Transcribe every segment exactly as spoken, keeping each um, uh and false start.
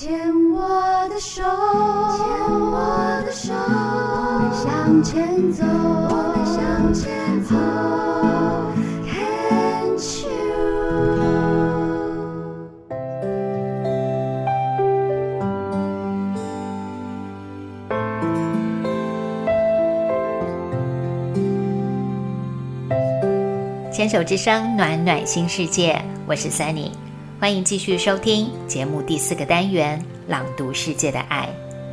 牵我的手，牵我的手，我们向前走，我们向前走。Can't you？ 牵手之声，暖暖新世界，我是 Sunny， 欢迎继续收听节目第四个单元《朗读世界的爱》。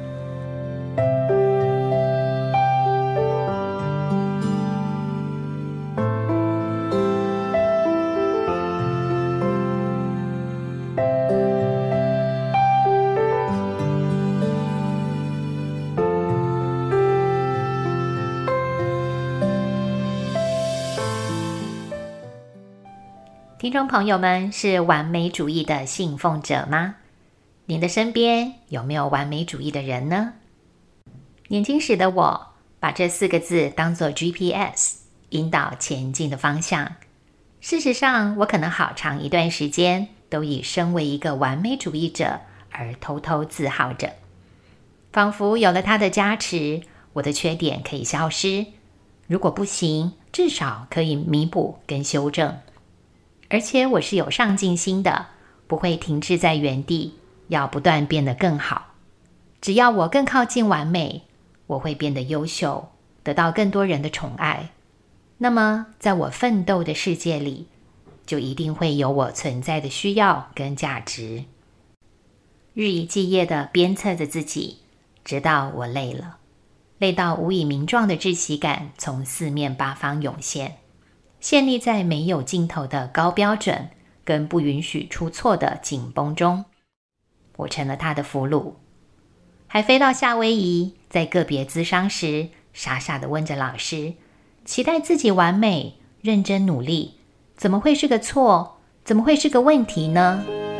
听众朋友们，是完美主义的信奉者吗？您的身边有没有完美主义的人呢？年轻时的我把这四个字当作 G P S， 引导前进的方向。事实上，我可能好长一段时间都以身为一个完美主义者而偷偷自豪着，仿佛有了他的加持，我的缺点可以消失，如果不行，至少可以弥补跟修正。而且我是有上进心的，不会停滞在原地，要不断变得更好。只要我更靠近完美，我会变得优秀，得到更多人的宠爱。那么在我奋斗的世界里，就一定会有我存在的需要跟价值。日以继夜地鞭策着自己，直到我累了，累到无以名状的窒息感从四面八方涌现，陷立在没有尽头的高标准跟不允许出错的紧绷中，我成了他的俘虏，还飞到夏威夷，在个别咨商时傻傻地问着老师，期待自己完美认真努力，怎么会是个错？怎么会是个问题呢？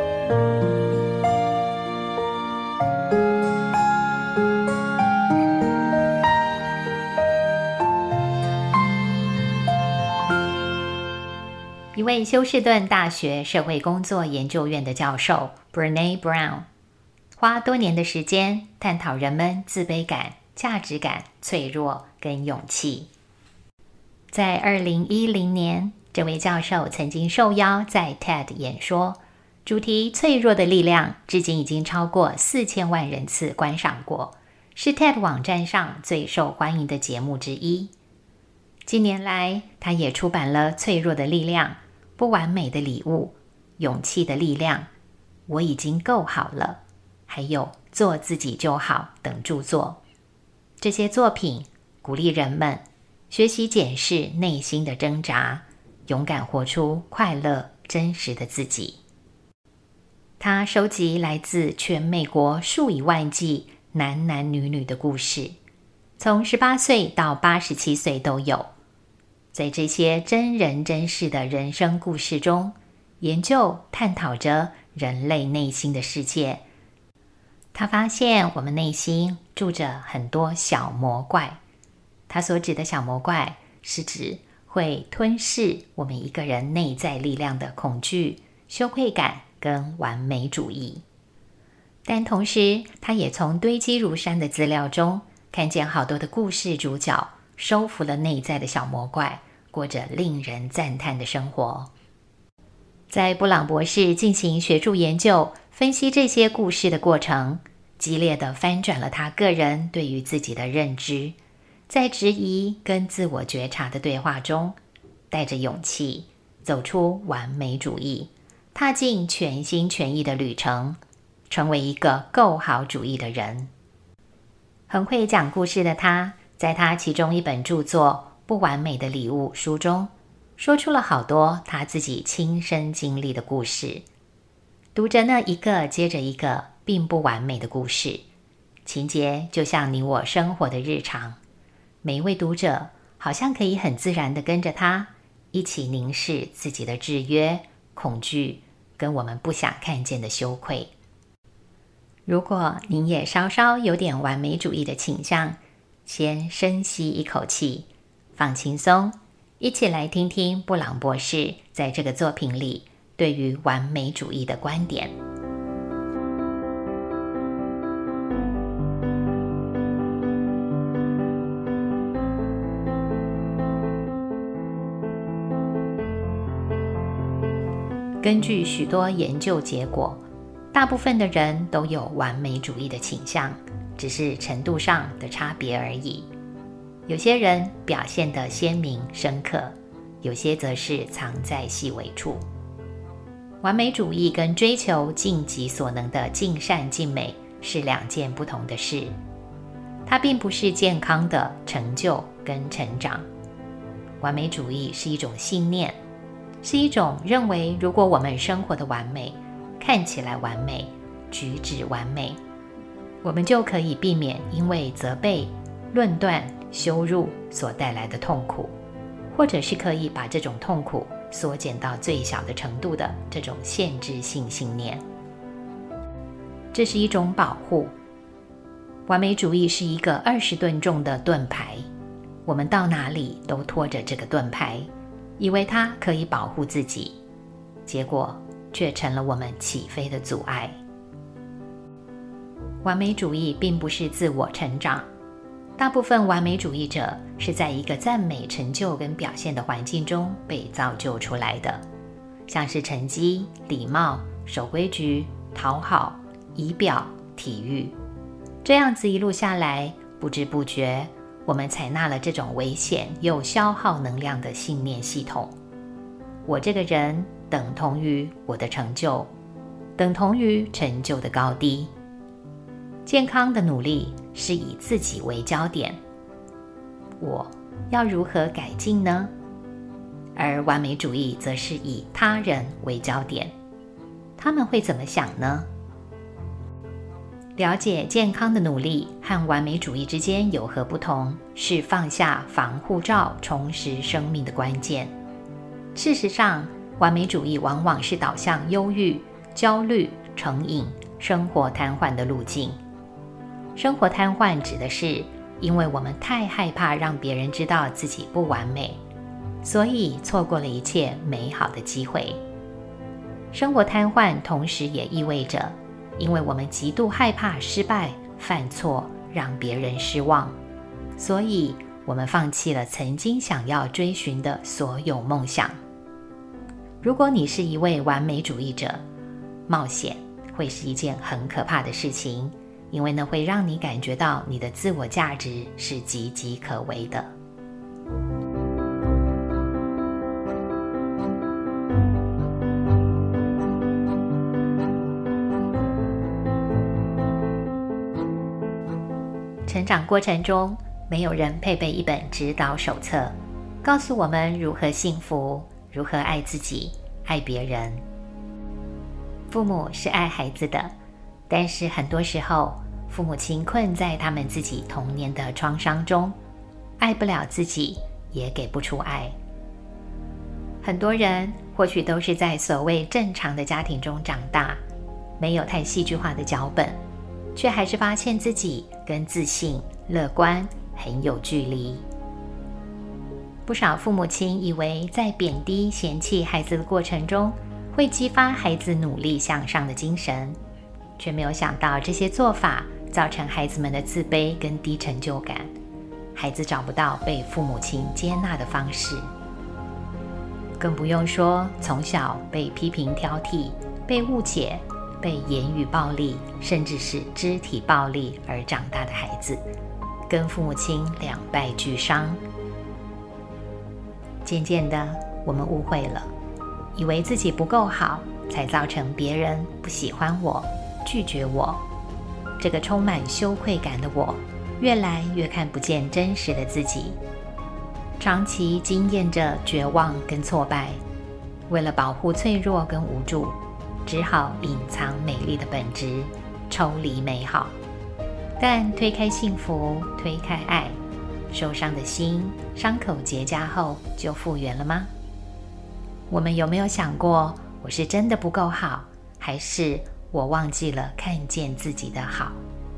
一位休士顿大学社会工作研究院的教授 Brené Brown 花多年的时间探讨人们自卑感、价值感、脆弱跟勇气。在二零一零年，这位教授曾经受邀在 TED 演说，主题脆弱的力量至今已经超过四千万人次观赏过，是 TED 网站上最受欢迎的节目之一。近年来，他也出版了《脆弱的力量》、不完美的礼物、勇气的力量、我已经够好了，还有做自己就好等著作。这些作品鼓励人们学习检视内心的挣扎，勇敢活出快乐真实的自己。他收集来自全美国数以万计男男女女的故事，从十八岁到八十七岁都有。在这些真人真事的人生故事中，研究探讨着人类内心的世界。他发现我们内心住着很多小魔怪，他所指的小魔怪是指会吞噬我们一个人内在力量的恐惧、羞愧感跟完美主义。但同时，他也从堆积如山的资料中看见好多的故事主角收服了内在的小魔怪，过着令人赞叹的生活。在布朗博士进行学术研究，分析这些故事的过程，激烈地翻转了他个人对于自己的认知。在质疑跟自我觉察的对话中，带着勇气走出完美主义，踏进全心全意的旅程，成为一个够好主义的人。很会讲故事的他，在他其中一本著作《不完美的礼物》书中，说出了好多他自己亲身经历的故事。读着那一个接着一个并不完美的故事，情节就像你我生活的日常，每一位读者好像可以很自然地跟着他一起凝视自己的制约、恐惧跟我们不想看见的羞愧。如果您也稍稍有点完美主义的倾向，先深吸一口气，放轻松，一起来听听布朗博士在这个作品里对于完美主义的观点。 根据许多研究结果，大部分的人都有完美主义的倾向，只是程度上的差别而已。有些人表现得鲜明深刻，有些则是藏在细微处。完美主义跟追求尽己所能的尽善尽美是两件不同的事，它并不是健康的成就跟成长。完美主义是一种信念，是一种认为如果我们生活的完美，看起来完美，举止完美，我们就可以避免因为责备、论断、羞辱所带来的痛苦，或者是可以把这种痛苦缩减到最小的程度的这种限制性信念。这是一种保护。完美主义是一个二十吨重的盾牌，我们到哪里都拖着这个盾牌，以为它可以保护自己，结果却成了我们起飞的阻碍。完美主义并不是自我成长，大部分完美主义者是在一个赞美成就跟表现的环境中被造就出来的，像是成绩、礼貌、守规矩、讨好、仪表、体育。这样子一路下来，不知不觉我们采纳了这种危险又消耗能量的信念系统。我这个人等同于我的成就，等同于成就的高低。健康的努力是以自己为焦点，我要如何改进呢？而完美主义则是以他人为焦点，他们会怎么想呢？了解健康的努力和完美主义之间有何不同，是放下防护罩重拾生命的关键。事实上，完美主义往往是导向忧郁、焦虑、成瘾、生活瘫痪的路径。生活瘫痪指的是因为我们太害怕让别人知道自己不完美，所以错过了一切美好的机会。生活瘫痪同时也意味着，因为我们极度害怕失败、犯错，让别人失望，所以我们放弃了曾经想要追寻的所有梦想。如果你是一位完美主义者，冒险会是一件很可怕的事情，因为那会让你感觉到你的自我价值是岌岌可危的。成长过程中，没有人配备一本指导手册，告诉我们如何幸福，如何爱自己，爱别人。父母是爱孩子的，但是很多时候，父母亲困在他们自己童年的创伤中，爱不了自己，也给不出爱。很多人或许都是在所谓正常的家庭中长大，没有太戏剧化的脚本，却还是发现自己跟自信、乐观很有距离。不少父母亲以为在贬低、嫌弃孩子的过程中，会激发孩子努力向上的精神，却没有想到这些做法造成孩子们的自卑跟低成就感，孩子找不到被父母亲接纳的方式。更不用说从小被批评挑剔、被误解、被言语暴力甚至是肢体暴力而长大的孩子，跟父母亲两败俱伤。渐渐的，我们误会了，以为自己不够好，才造成别人不喜欢我、拒绝我。这个充满羞愧感的我，越来越看不见真实的自己，长期经验着绝望跟挫败，为了保护脆弱跟无助，只好隐藏美丽的本质，抽离美好。但推开幸福，推开爱，受伤的心，伤口结痂后就复原了吗？我们有没有想过，我是真的不够好，还是我忘记了看见自己的好？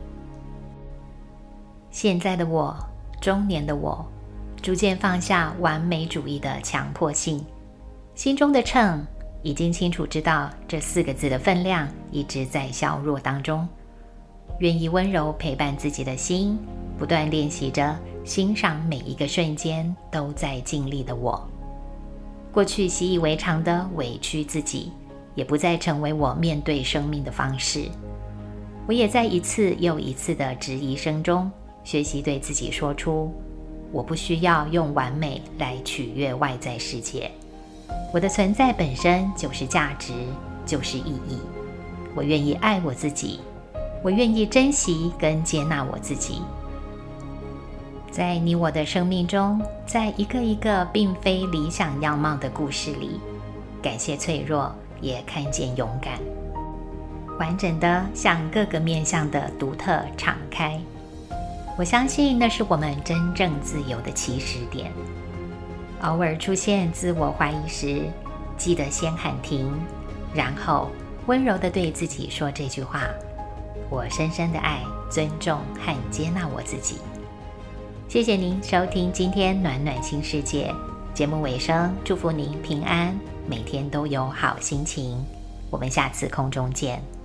现在的我，中年的我，逐渐放下完美主义的强迫性，心中的秤已经清楚知道这四个字的分量一直在削弱当中。愿意温柔陪伴自己的心，不断练习着欣赏每一个瞬间都在尽力的我。过去习以为常的委屈自己， 也不再成为我面对生命的方式。我也在一次又一次的质疑声中，学习对自己说出，我不需要用完美来取悦外在世界，我的存在本身就是价值，就是意义。我愿意爱我自己，我愿意珍惜跟接纳我自己。在你我的生命中，在一个一个并非理想样貌的故事里，感谢脆弱，也看见勇敢，完整的向各个面向的独特敞开。我相信那是我们真正自由的起始点。偶尔出现自我怀疑时，记得先喊停，然后温柔地对自己说这句话：我深深的爱、尊重和接纳我自己。谢谢您收听今天暖暖新世界节目尾声，祝福您平安，每天都有好心情。我们下次空中见。